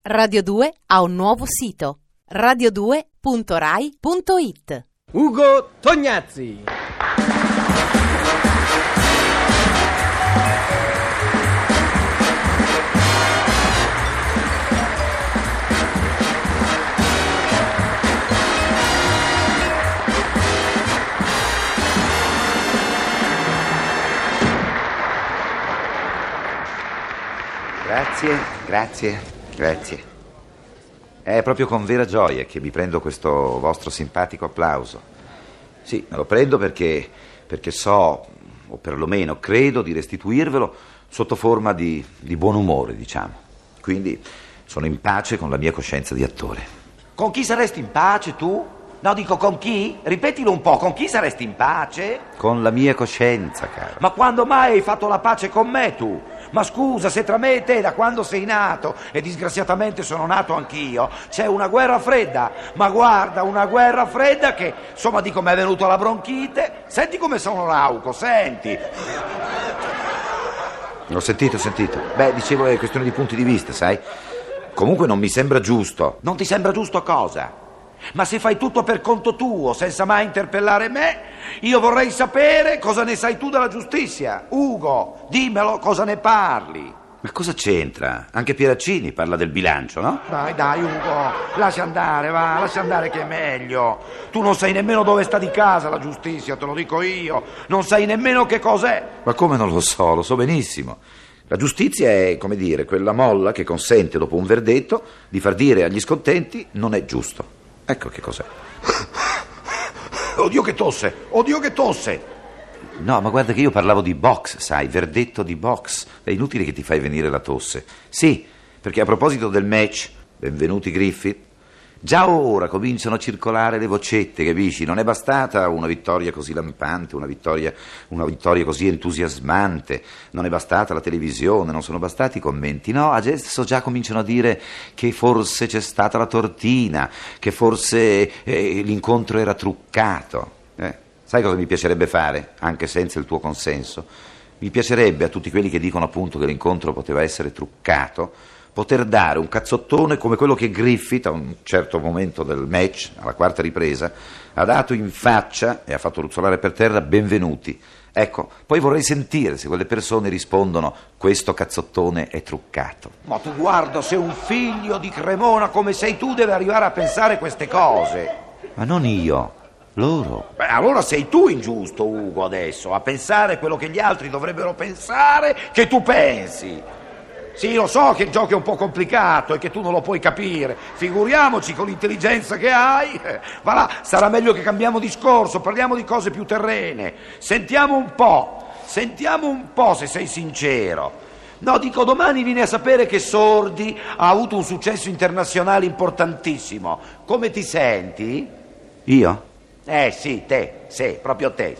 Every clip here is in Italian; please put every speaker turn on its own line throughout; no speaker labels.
Radio 2 ha un nuovo sito: radio2.rai.it.
Ugo Tognazzi.
Grazie. È proprio con vera gioia che mi prendo questo vostro simpatico applauso. Sì, me lo prendo perché so, o perlomeno credo, di restituirvelo sotto forma di buon umore, diciamo. Quindi sono in pace con la mia coscienza di attore.
Con chi saresti in pace tu? No, dico con chi? Ripetilo un po', con chi saresti in pace?
Con la mia coscienza, caro.
Ma quando mai hai fatto la pace con me tu? Ma scusa, se tra me e te da quando sei nato, e disgraziatamente sono nato anch'io, c'è una guerra fredda, ma guarda, una guerra fredda che, insomma, dico, mi è venuta la bronchite. Senti come sono rauco, senti.
Ho sentito. Beh, dicevo, è questione di punti di vista, sai? Comunque non mi sembra giusto.
Non ti sembra giusto cosa? Ma se fai tutto per conto tuo, senza mai interpellare me, io vorrei sapere cosa ne sai tu della giustizia. Ugo, dimmelo, cosa ne parli?
Ma cosa c'entra? Anche Pieraccini parla del bilancio, no?
Dai, Ugo, lascia andare che è meglio. Tu non sai nemmeno dove sta di casa la giustizia, te lo dico io. Non sai nemmeno che cos'è.
Ma come non lo so benissimo. La giustizia è, come dire, quella molla che consente, dopo un verdetto, di far dire agli scontenti non è giusto. Ecco che cos'è.
Oddio che tosse.
No, ma guarda che io parlavo di box, sai, verdetto di box. È inutile che ti fai venire la tosse. Sì, perché a proposito del match, benvenuti Griffith, già ora cominciano a circolare le vocette, capisci? Non è bastata una vittoria così lampante, una vittoria così entusiasmante, non è bastata la televisione, non sono bastati i commenti, no, adesso già cominciano a dire che forse c'è stata la tortina, che forse l'incontro era truccato. Sai cosa mi piacerebbe fare, anche senza il tuo consenso? Mi piacerebbe a tutti quelli che dicono appunto che l'incontro poteva essere truccato poter dare un cazzottone come quello che Griffith a un certo momento del match, alla quarta ripresa, ha dato in faccia e ha fatto ruzzolare per terra benvenuti. Ecco, poi vorrei sentire se quelle persone rispondono questo cazzottone è truccato.
Ma tu guarda, se un figlio di Cremona come sei tu deve arrivare a pensare queste cose.
Ma non io, loro.
Beh, allora sei tu ingiusto, Ugo, adesso, a pensare quello che gli altri dovrebbero pensare che tu pensi. Sì, lo so che il gioco è un po' complicato e che tu non lo puoi capire. Figuriamoci con l'intelligenza che hai. Va là, sarà meglio che cambiamo discorso, parliamo di cose più terrene. Sentiamo un po' se sei sincero. No, dico, domani vieni a sapere che Sordi ha avuto un successo internazionale importantissimo. Come ti senti?
Io?
Sì, proprio te.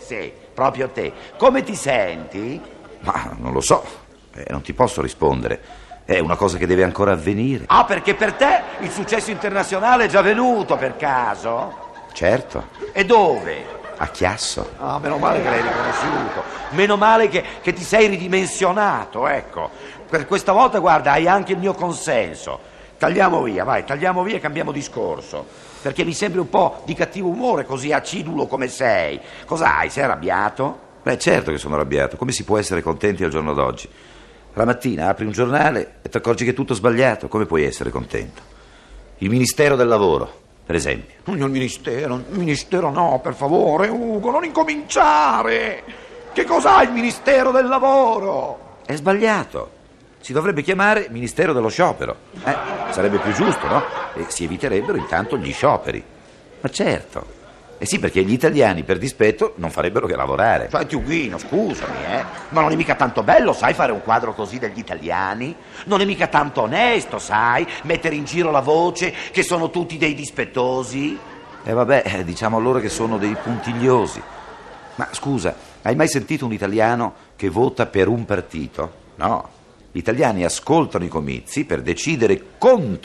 Come ti senti?
Ma non lo so. Non ti posso rispondere, è una cosa che deve ancora avvenire.
Ah, perché per te il successo internazionale è già venuto, per caso?
Certo.
E dove?
A Chiasso.
Ah, meno male che l'hai riconosciuto, meno male che ti sei ridimensionato, ecco. Per questa volta, guarda, hai anche il mio consenso. Tagliamo via e cambiamo discorso, perché mi sembri un po' di cattivo umore, così acidulo come sei. Cosa hai, sei arrabbiato?
Beh, certo che sono arrabbiato, come si può essere contenti al giorno d'oggi? La mattina apri un giornale e ti accorgi che è tutto sbagliato, come puoi essere contento? Il Ministero del Lavoro, per esempio.
Il ministero no, per favore, Ugo, non incominciare! Che cos'ha il Ministero del Lavoro?
È sbagliato, si dovrebbe chiamare Ministero dello Sciopero. Sarebbe più giusto, no? E si eviterebbero intanto gli scioperi. Ma certo. Sì, perché gli italiani per dispetto non farebbero che lavorare.
Senti, Ughino, scusami, ma non è mica tanto bello, sai, fare un quadro così degli italiani? Non è mica tanto onesto, sai, mettere in giro la voce che sono tutti dei dispettosi?
Vabbè, diciamo loro che sono dei puntigliosi. Ma scusa, hai mai sentito un italiano che vota per un partito? No, gli italiani ascoltano i comizi per decidere contro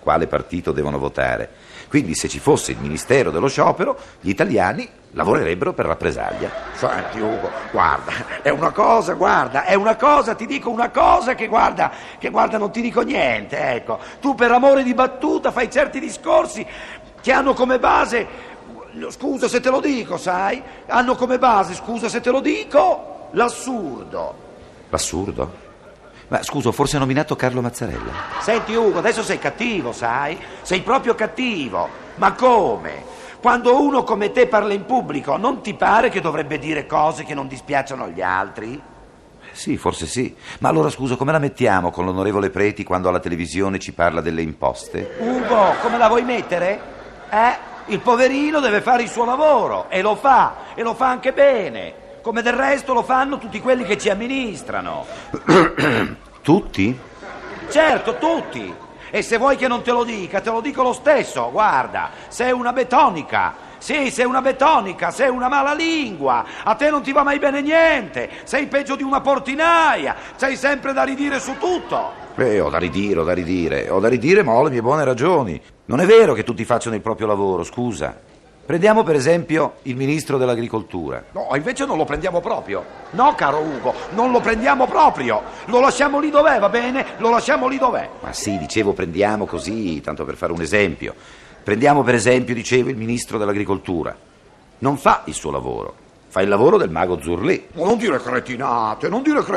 quale partito devono votare. Quindi se ci fosse il Ministero dello Sciopero, gli italiani lavorerebbero per rappresaglia.
Senti Ugo, guarda, è una cosa, ti dico una cosa che guarda, non ti dico niente, ecco. Tu per amore di battuta fai certi discorsi che hanno come base, scusa se te lo dico, sai, hanno come base, scusa se te lo dico, l'assurdo.
L'assurdo? Ma scusa, forse ha nominato Carlo Mazzarella?
Senti Ugo, adesso sei cattivo, sai? Sei proprio cattivo. Ma come? Quando uno come te parla in pubblico, non ti pare che dovrebbe dire cose che non dispiacciono agli altri?
Sì, forse sì. Ma allora scusa, come la mettiamo con l'onorevole Preti quando alla televisione ci parla delle imposte?
Ugo, come la vuoi mettere? Il poverino deve fare il suo lavoro e lo fa anche bene. Come del resto lo fanno tutti quelli che ci amministrano.
Tutti?
Certo, tutti. E se vuoi che non te lo dica, te lo dico lo stesso. Guarda, sei una betonica. Sì, sei una betonica, sei una malalingua. A te non ti va mai bene niente. Sei peggio di una portinaia. C'hai sempre da ridire su tutto.
Ho da ridire, ma ho le mie buone ragioni. Non è vero che tutti facciano il proprio lavoro, scusa. Prendiamo per esempio il ministro dell'agricoltura.
No, invece non lo prendiamo proprio. No, caro Ugo, non lo prendiamo proprio. Lo lasciamo lì dov'è, va bene? Lo lasciamo lì dov'è.
Ma sì, dicevo, prendiamo così, tanto per fare un esempio. Prendiamo per esempio, dicevo, il ministro dell'agricoltura. Non fa il suo lavoro, fa il lavoro del mago Zurlì.
Ma non dire cretinate.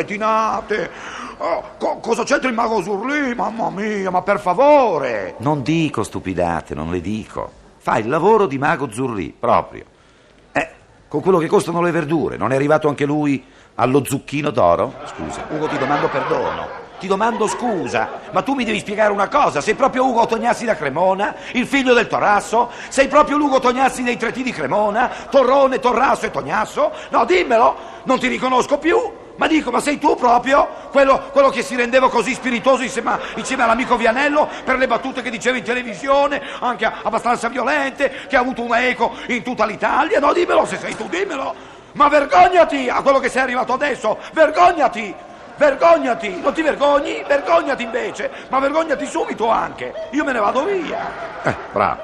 Cosa c'entra il mago Zurlì? Mamma mia, ma per favore.
Non dico stupidate, non le dico. Fa il lavoro di mago Zurlì, proprio. Con quello che costano le verdure, non è arrivato anche lui allo zucchino d'oro? Scusa.
Ugo, ti domando perdono. Ti domando scusa, ma tu mi devi spiegare una cosa. Sei proprio Ugo Tognazzi da Cremona, il figlio del Torrasso? Sei proprio l'Ugo Tognazzi dei Tretì di Cremona? Torrone, Torrasso e Tognasso? No, dimmelo, non ti riconosco più. Ma dico, ma sei tu proprio quello che si rendeva così spiritoso insieme all'amico Vianello per le battute che diceva in televisione, anche abbastanza violente, che ha avuto una eco in tutta l'Italia? No, dimmelo, se sei tu, dimmelo. Ma vergognati a quello che sei arrivato adesso, vergognati, non ti vergogni? Vergognati invece, ma vergognati subito anche. Io me ne vado via.
Bravo,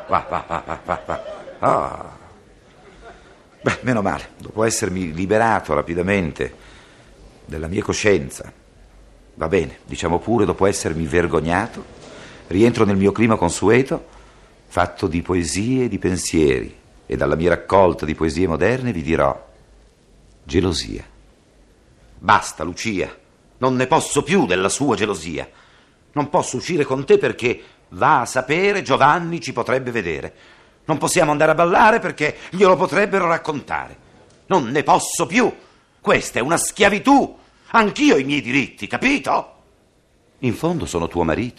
va. Beh, meno male, dopo essermi liberato rapidamente della mia coscienza, va bene, diciamo pure dopo essermi vergognato, rientro nel mio clima consueto, fatto di poesie e di pensieri, e dalla mia raccolta di poesie moderne vi dirò gelosia. Basta, Lucia, non ne posso più della sua gelosia. Non posso uscire con te perché, va a sapere, Giovanni ci potrebbe vedere. Non possiamo andare a ballare perché glielo potrebbero raccontare. Non ne posso più. Questa è una schiavitù. Anch'io ho i miei diritti, capito? In fondo sono tuo marito.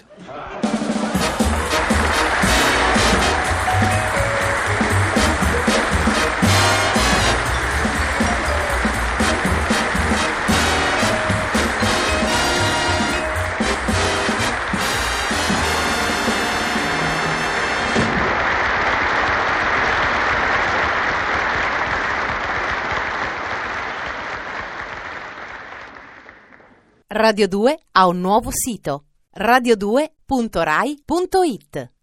Radio 2 ha un nuovo sito: radio2.rai.it.